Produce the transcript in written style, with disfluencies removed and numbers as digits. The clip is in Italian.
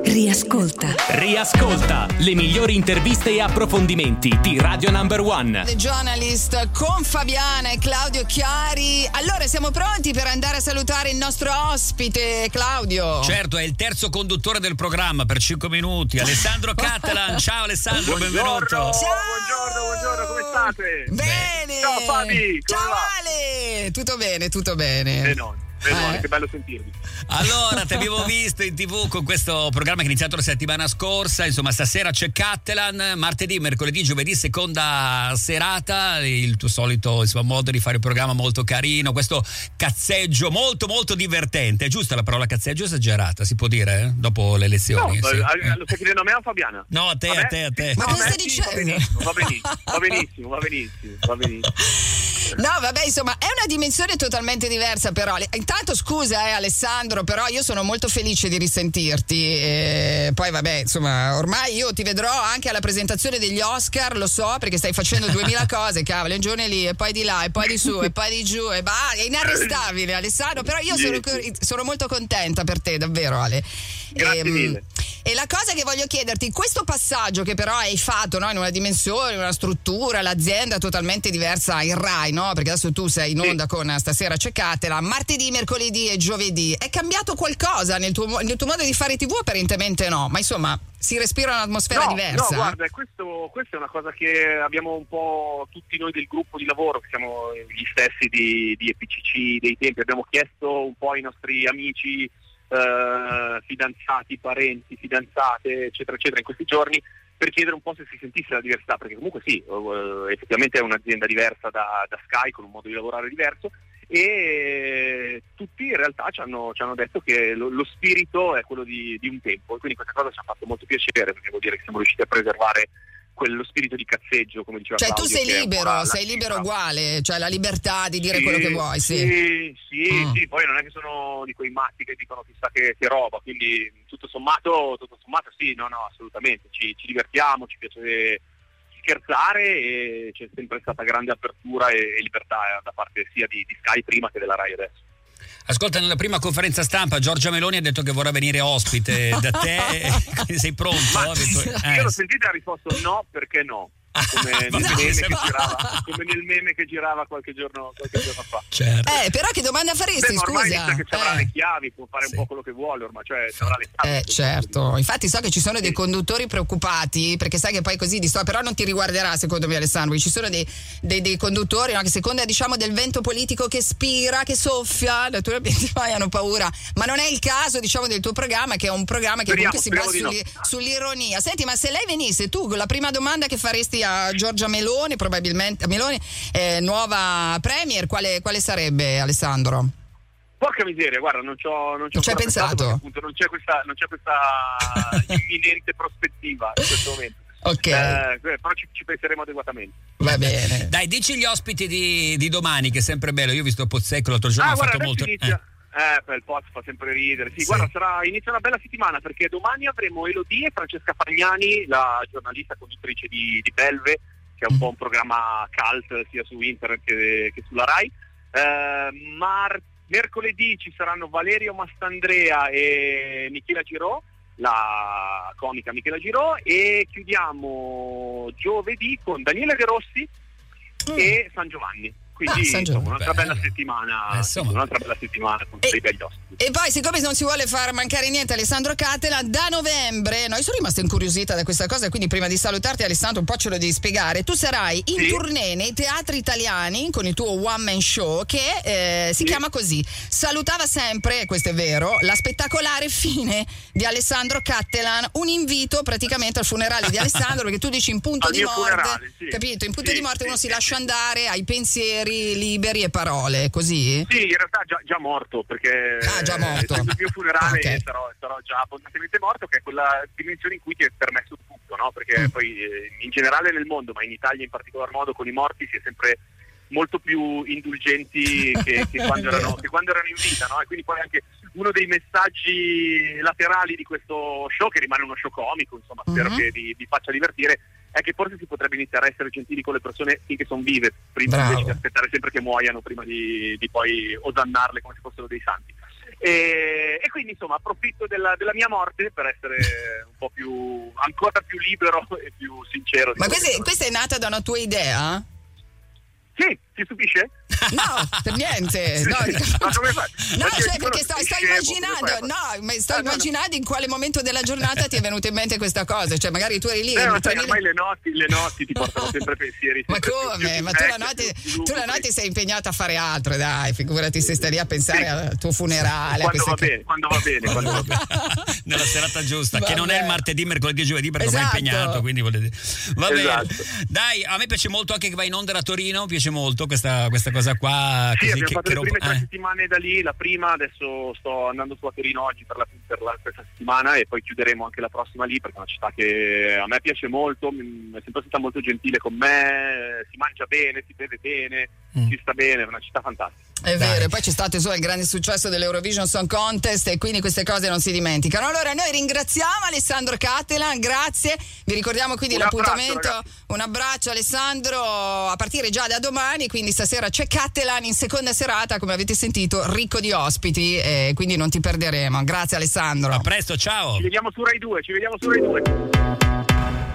Riascolta le migliori interviste e approfondimenti di Radio Number One. The Journalist con Fabiana e Claudio Chiari. Allora, siamo pronti per andare a salutare il nostro ospite, Claudio? Certo, è il terzo conduttore del programma per 5 minuti, Alessandro Cattelan. Ciao Alessandro, benvenuto. Ciao. Buongiorno, come state? Bene. Ciao Fabi. Ciao Ale. Tutto bene. Che bello sentirvi. Allora, ti abbiamo visto in TV con questo programma che è iniziato la settimana scorsa. Insomma, stasera c'è Cattelan, martedì, mercoledì, giovedì, seconda serata. Il tuo solito modo di fare il programma molto carino, questo cazzeggio molto molto divertente. È giusta la parola cazzeggio, esagerata, si può dire, dopo le elezioni? No, sì. Lo stai chiedendo a me o a Fabiana? No, a te. Ma cosa stai dicendo? Va benissimo. No, vabbè, insomma, è una dimensione totalmente diversa, però. Intanto scusa, Alessandro, però io sono molto felice di risentirti. Poi, vabbè, insomma, ormai io ti vedrò anche alla presentazione degli Oscar, lo so, perché stai facendo 2000 cose, cavolo, un giorno lì, e poi di là, e poi di su, e poi di giù, è inarrestabile, Alessandro. Però io sono molto contenta per te, davvero, Ale. Grazie mille. E la cosa che voglio chiederti, questo passaggio che però hai fatto, no, in una dimensione, in una struttura, l'azienda totalmente diversa, il Rai, no? Perché adesso tu sei in onda con Stasera c'è Cattelan, martedì, mercoledì e giovedì. È cambiato qualcosa nel tuo modo di fare TV? Apparentemente no, ma insomma si respira un'atmosfera diversa. No, guarda, questa è una cosa che abbiamo un po' tutti noi del gruppo di lavoro, che siamo gli stessi di EPCC dei tempi, abbiamo chiesto un po' ai nostri amici, fidanzati, parenti, fidanzate, eccetera, in questi giorni, per chiedere un po' se si sentisse la diversità, perché comunque sì, effettivamente è un'azienda diversa da Sky, con un modo di lavorare diverso, e tutti in realtà ci hanno detto che lo spirito è quello di un tempo, e quindi questa cosa ci ha fatto molto piacere, perché vuol dire che siamo riusciti a preservare quello spirito di cazzeggio, come diceva Claudio. Cioè tu sei libero uguale, cioè la libertà di dire quello che vuoi. Sì, poi non è che sono di quei matti che dicono chissà che roba, quindi tutto sommato sì, no, assolutamente, ci divertiamo, ci piace scherzare e c'è sempre stata grande apertura e libertà da parte sia di Sky prima che della Rai adesso. Ascolta, nella prima conferenza stampa Giorgia Meloni ha detto che vorrà venire ospite da te, quindi sei pronto? Io l'ho sentita e ha risposto no, perché no. Come nel meme che girava qualche giorno fa. Certo. Però che domanda faresti, scusa? Ormai sa che ci avrà le chiavi, può fare un po' quello che vuole, ormai, cioè ci avrà le chiavi. Certo, infatti so che ci sono dei conduttori preoccupati, perché sai che poi così però non ti riguarderà, secondo me, Alessandro, ci sono dei conduttori, no, che seconda, diciamo, del vento politico che spira, che soffia, naturalmente poi hanno paura, ma non è il caso, diciamo, del tuo programma, che è un programma che comunque si basa sull'ironia. Senti, ma se lei venisse, tu la prima domanda che faresti a Giorgia Meloni, probabilmente nuova premier, quale sarebbe, Alessandro? Porca miseria, guarda, non ci ho pensato. Appunto, non c'è questa imminente prospettiva in questo momento. Ok. Però ci penseremo adeguatamente. Va bene. Dai, dici gli ospiti di domani, che è sempre bello. Io ho visto Pozzecco l'altro giorno, ha fatto molto. Il post fa sempre ridere. Sì, guarda, inizia una bella settimana, perché domani avremo Elodie e Francesca Fagnani, la giornalista conduttrice di Belve, che è un po' un programma cult sia su internet che sulla Rai. Mercoledì ci saranno Valerio Mastandrea e Michela Girò, la comica Michela Girò, e chiudiamo giovedì con Daniele De Rossi e San Giovanni. Quindi un'altra bella settimana, con dei belli ospiti. E poi, siccome non si vuole far mancare niente Alessandro Cattelan, da novembre, io sono rimasta incuriosita da questa cosa, quindi prima di salutarti, Alessandro, un po' ce lo devi spiegare. Tu sarai in tournée nei teatri italiani con il tuo one man show che si chiama così: Salutava sempre, questo è vero, la spettacolare fine di Alessandro Cattelan, un invito praticamente al funerale di Alessandro, perché tu dici in punto di morte, capito? In punto di morte uno si lascia andare ai pensieri liberi e parole, così? Sì, in realtà già morto, perché già morto. Il mio funerale sarò già abbondantemente morto, che è quella dimensione in cui ti è permesso tutto, no? Perché poi in generale nel mondo, ma in Italia in particolar modo con i morti, si è sempre molto più indulgenti che quando erano in vita, no? E quindi poi anche uno dei messaggi laterali di questo show, che rimane uno show comico, insomma, spero che vi faccia divertire, è che forse si potrebbe iniziare a essere gentili con le persone finché sono vive, prima invece di aspettare sempre che muoiano, prima di poi osannarle come se fossero dei santi. E quindi insomma approfitto della mia morte per essere un po' ancora più libero e più sincero. Ma questa è nata da una tua idea? Sì, ti stupisce? No, per niente. No, ma come fai? Perché sto immaginando in quale momento della giornata ti è venuta in mente questa cosa. Cioè, magari tu eri lì. Ma sai, ormai le notti ti portano sempre pensieri. Ma come? Ma tu la notte sei impegnata a fare altro, dai. Figurati se stai lì a pensare al tuo funerale. Quando va bene. Nella serata giusta, Vabbè. che non è il martedì, mercoledì e giovedì, perché ormai è impegnato. Quindi volete. Va bene. Dai, a me piace molto anche che vai in onda da Torino. Piace molto questa cosa qua. Sì, così, abbiamo fatto le prime 3 eh. settimane da lì, la prima, adesso sto andando su a Torino oggi per questa settimana e poi chiuderemo anche la prossima lì, perché è una città che a me piace molto, è sempre stata molto gentile con me, si mangia bene, si beve bene, si sta bene, è una città fantastica. È vero, e poi c'è stato il grande successo dell'Eurovision Song Contest e quindi queste cose non si dimenticano. Allora noi ringraziamo Alessandro Cattelan, grazie, vi ricordiamo quindi l'appuntamento, un abbraccio Alessandro, a partire già da domani, quindi stasera c'è Cattelan in seconda serata, come avete sentito, ricco di ospiti, quindi non ti perderemo. Grazie Alessandro. A presto, ciao. Ci vediamo su Rai 2.